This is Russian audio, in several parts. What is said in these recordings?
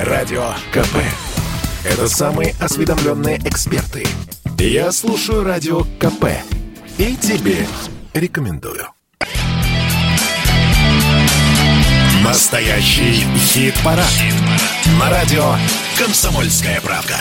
Радио КП. Это самые осведомленные эксперты. Я слушаю Радио КП и тебе рекомендую. Настоящий хит-парад. На радио «Комсомольская правда».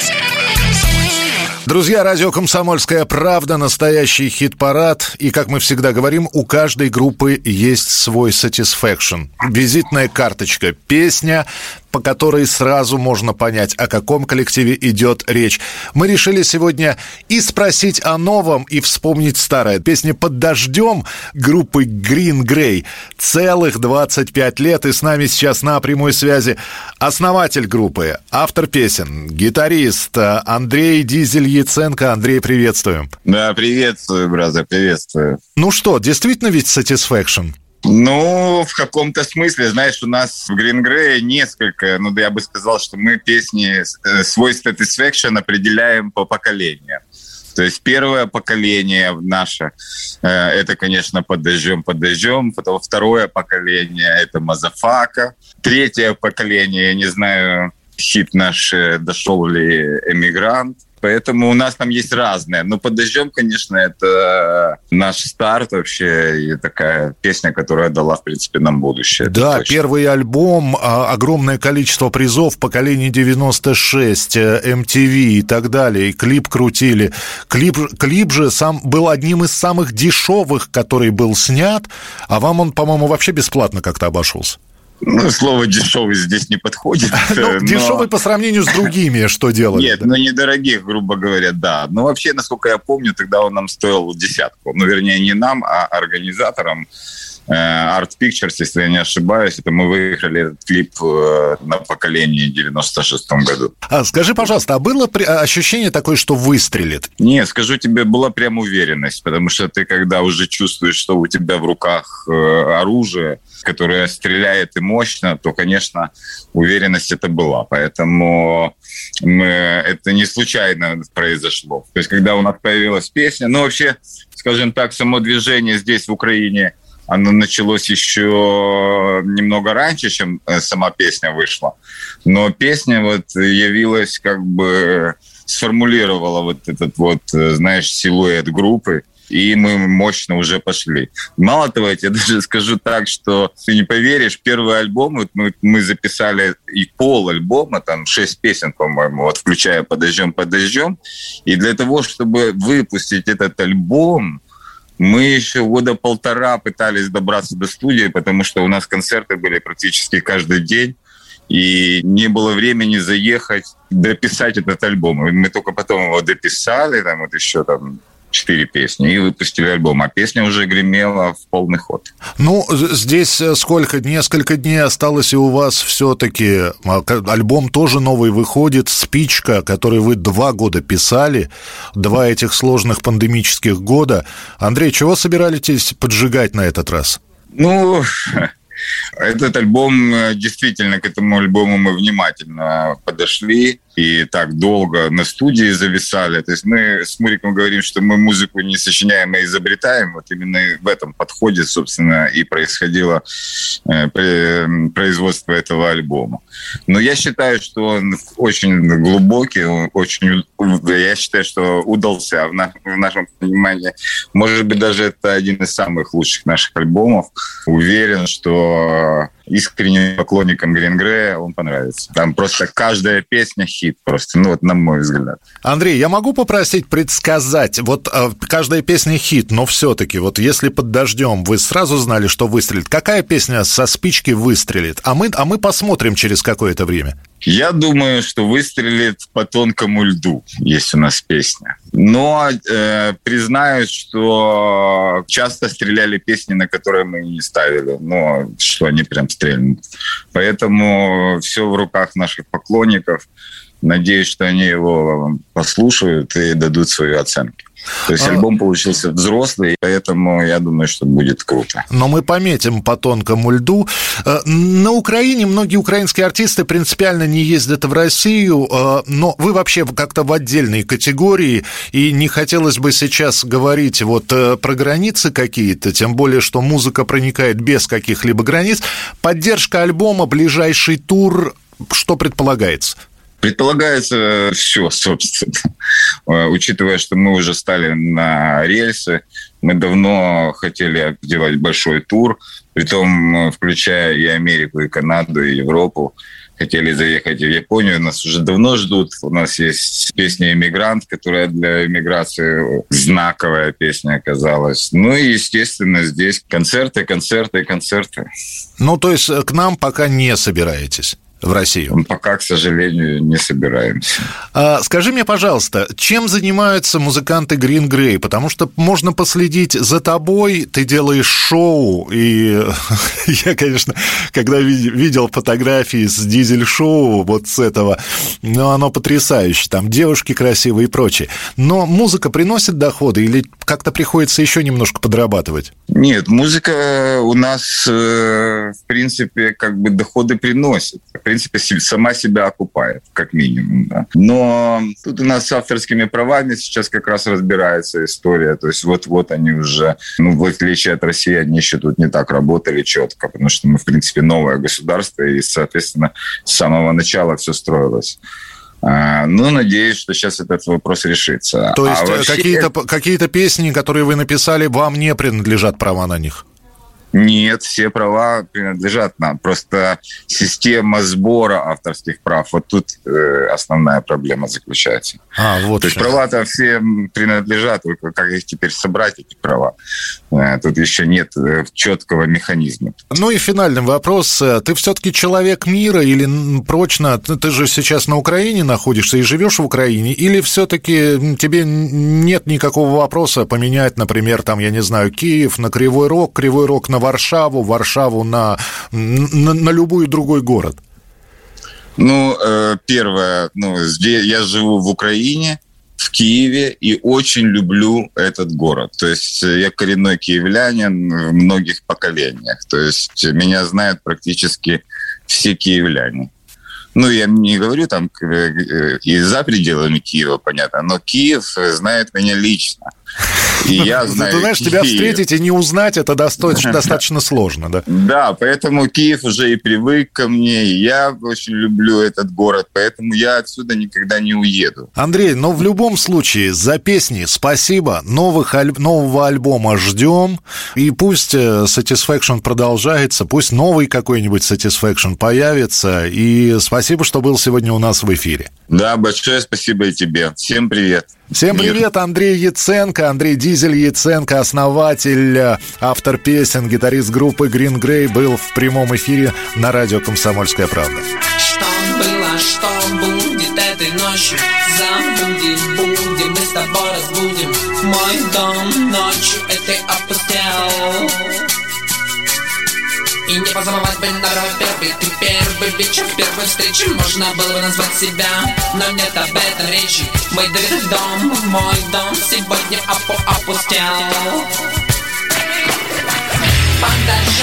Друзья, радио «Комсомольская правда», настоящий хит-парад. И, как мы всегда говорим, у каждой группы есть свой satisfaction. Визитная карточка, песня, по которой сразу можно понять, о каком коллективе идет речь. Мы решили сегодня и спросить о новом, и вспомнить старое. Песня «Под дождем» группы Green Grey. Целых 25 лет, и с нами сейчас на прямой связи основатель группы, автор песен, гитарист Андрей Дизель Яценко. Андрей, приветствуем. Да, приветствую, брат, приветствую. Ну что, действительно ведь satisfaction? Ну, в каком-то смысле, знаешь, у нас в Green Grey несколько, я бы сказал, что мы песни, свой satisfaction определяем по поколениям. То есть первое поколение наше, это, конечно, «Под дождем», потом второе поколение, это «Мазафака», третье поколение, я не знаю, хит наш «Дошел ли эмигрант». Поэтому у нас там есть разное. Но «Под дождем», конечно, это наш старт вообще. И такая песня, которая дала, в принципе, нам будущее. Да, первый альбом, огромное количество призов, поколение 96, MTV и так далее. И клип крутили. Клип же сам был одним из самых дешевых, который был снят. А вам он, по-моему, вообще бесплатно как-то обошелся. Слово «дешевый» здесь не подходит. Дешевый по сравнению с другими, что делали? Нет, недорогих, грубо говоря, да. Но вообще, насколько я помню, тогда он нам стоил 10. Вернее, не нам, а организаторам. Art Pictures, если я не ошибаюсь, это мы выиграли этот клип на поколении в 96-м году. Скажи, пожалуйста, а было ощущение такое, что выстрелит? Нет, скажу тебе, была прям уверенность, потому что ты, когда уже чувствуешь, что у тебя в руках оружие, которое стреляет и мощно, то, конечно, уверенность это была. Поэтому это не случайно произошло. То есть, когда у нас появилась песня, вообще, скажем так, само движение здесь, в Украине, оно началось еще немного раньше, чем сама песня вышла. Но песня явилась, сформулировала этот силуэт группы, и мы мощно уже пошли. Мало того, я тебе даже скажу так, что ты не поверишь, первый альбом мы записали и пол-альбома, там 6 песен, по-моему, включая «Под дождем». И для того, чтобы выпустить этот альбом, мы еще года полтора пытались добраться до студии, потому что у нас концерты были практически каждый день, и не было времени заехать, дописать этот альбом. И мы только потом его дописали, еще 4 песни, и выпустили альбом. А песня уже гремела в полный ход. Здесь несколько дней осталось, и у вас все-таки альбом тоже новый выходит, «Спичка», который вы 2 года писали, 2 этих сложных пандемических года. Андрей, чего собирались поджигать на этот раз? Этот альбом, действительно, к этому альбому мы внимательно подошли и так долго на студии зависали. То есть мы с Муриком говорим, что мы музыку не сочиняем, а изобретаем. Именно в этом подходе, собственно, и происходило производство этого альбома. Но я считаю, что он очень глубокий, я считаю, что удался в нашем понимании. Может быть, даже это один из самых лучших наших альбомов. Уверен, что искренним поклонникам Green Grey он понравится. Там просто каждая песня хит, просто, на мой взгляд. Андрей, я могу попросить предсказать, каждая песня хит, но все-таки, если «Под дождем» вы сразу знали, что выстрелит, какая песня со «Спички» выстрелит? А мы посмотрим через какое-то время. Я думаю, что выстрелит «По тонкому льду», есть у нас песня. Но признаюсь, что часто стреляли песни, на которые мы не ставили, что они прям стрельнут. Поэтому все в руках наших поклонников. Надеюсь, что они его послушают и дадут свои оценки. То есть альбом получился взрослый, поэтому я думаю, что будет круто. Но мы пометим «По тонкому льду». На Украине многие украинские артисты принципиально не ездят в Россию, но вы вообще как-то в отдельной категории, и не хотелось бы сейчас говорить про границы какие-то, тем более, что музыка проникает без каких-либо границ. Поддержка альбома, ближайший тур Что предполагается? Предполагается все, собственно. Учитывая, что мы уже стали на рельсы, мы давно хотели делать большой тур, притом включая и Америку, и Канаду, и Европу. Хотели заехать в Японию, нас уже давно ждут. У нас есть песня «Иммигрант», которая для иммиграции знаковая песня оказалась. Ну и, естественно, здесь концерты. Ну, то есть к нам пока не собираетесь? В Россию? Пока, к сожалению, не собираемся. Скажи мне, пожалуйста, чем занимаются музыканты Green Grey? Потому что можно последить за тобой, ты делаешь шоу, и я, конечно, когда видел фотографии с дизель-шоу, вот с этого, ну, оно потрясающе, там девушки красивые и прочее. Но музыка приносит доходы или как-то приходится еще немножко подрабатывать? Нет, музыка у нас, в принципе, как бы доходы приносит. В принципе, сама себя окупает, как минимум. Да. Но тут у нас с авторскими правами сейчас как раз разбирается история. То есть вот они уже, в отличие от России, они еще тут не так работали четко, потому что мы, в принципе, новое государство, и, соответственно, с самого начала все строилось. Надеюсь, что сейчас этот вопрос решится. То есть вообще... какие-то песни, которые вы написали, вам не принадлежат права на них? Нет, все права принадлежат нам. Просто система сбора авторских прав, вот тут основная проблема заключается. Вот. То есть права-то все принадлежат, только как их теперь собрать, эти права? Тут еще нет четкого механизма. Ну и финальный вопрос. Ты все-таки человек мира или прочно? Ты же сейчас на Украине находишься и живешь в Украине, или все-таки тебе нет никакого вопроса поменять, например, там, я не знаю, Киев на Кривой Рог на Варшаву на любой другой город? Первое, здесь я живу в Украине, в Киеве, и очень люблю этот город. То есть я коренной киевлянин в многих поколениях. То есть меня знают практически все киевляне. Я не говорю там и за пределами Киева, понятно, но Киев знает меня лично. И я знаю, ты знаешь, тебя встретить и не узнать, это достаточно сложно, да? Да, поэтому Киев уже и привык ко мне, и я очень люблю этот город, поэтому я отсюда никогда не уеду. Андрей, в любом случае, за песни спасибо, нового альбома ждем, и пусть Satisfaction продолжается, пусть новый какой-нибудь Satisfaction появится, и спасибо, что был сегодня у нас в эфире. Да, большое спасибо и тебе. Всем привет. Всем привет, Андрей Яценко, Андрей Дизель Яценко, основатель, автор песен, гитарист группы Green Grey, был в прямом эфире на радио «Комсомольская правда». Что было, что будет этой ночью? Будем, мы с тобой разбудим мой дом ночью этой опустел. И не позабывать бы на первый, ты первый вечер, первой встречи можно было бы назвать себя, но нет об этом речи. Мой дом сегодня опустел. Под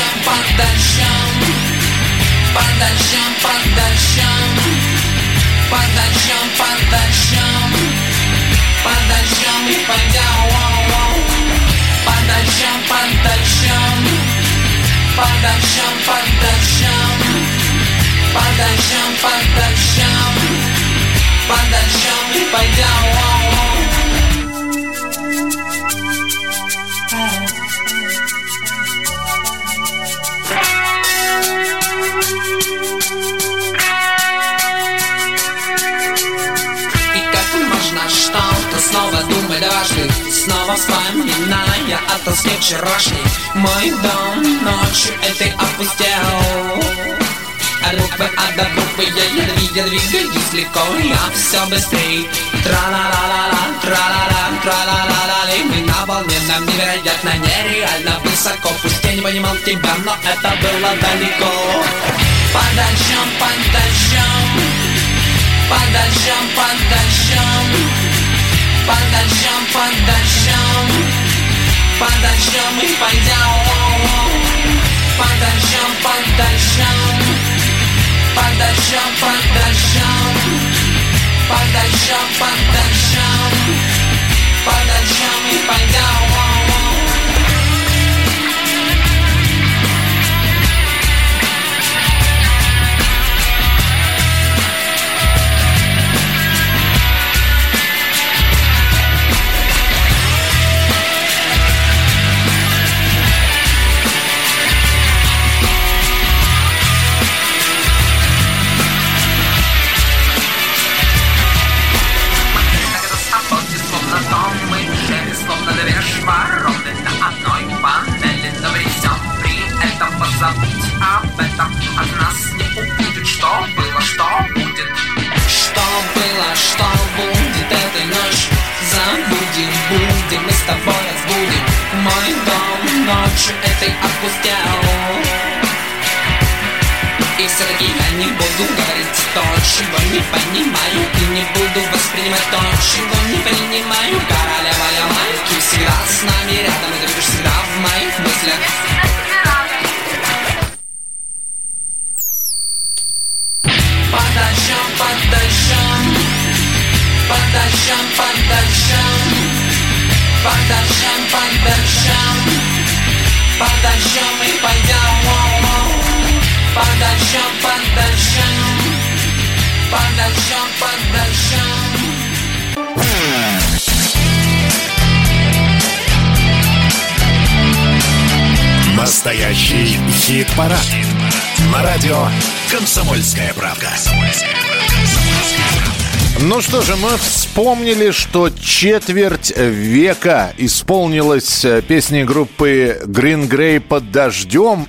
дождем и пойдем. И как можно что-то снова думать дважды, снова вспоминая о тоске вчерашней. Мой дом ночью этой опустел. От буквы я двигаюсь легко, я все быстрей. Тра-ла-ла-ла-ла, тра-ла-ла, тра-ла-ла-ла. Мы на волне, нам невероятно, нереально высоко. Пусть я не понимал тебя, но это было далеко. Под дождем, под дождем, под дождем, под дождем, под дождем, под дождем, под дождем мы пойдем. Под дождем, под дождем, под дождем, под дождем, под дождем, под дождем, под дождем мы пойдем. ночью этой опустел. И все-таки я не буду говорить то, чего не понимаю, и не буду воспринимать то, чего не принимаю. Королева Ямайки всегда с нами рядом, и ты будешь всегда в моих мыслях. Под дождем, под дождем, под дождем, под дождем, под дождем, под дождем, под дождем мы пойдем. Под дождем, под дождем, под дождем, под дождем. Настоящий хит-парад. На радио «Комсомольская правда». Ну что же, мы вспомнили, что четверть века исполнилась песни группы Green Grey «Под дождем».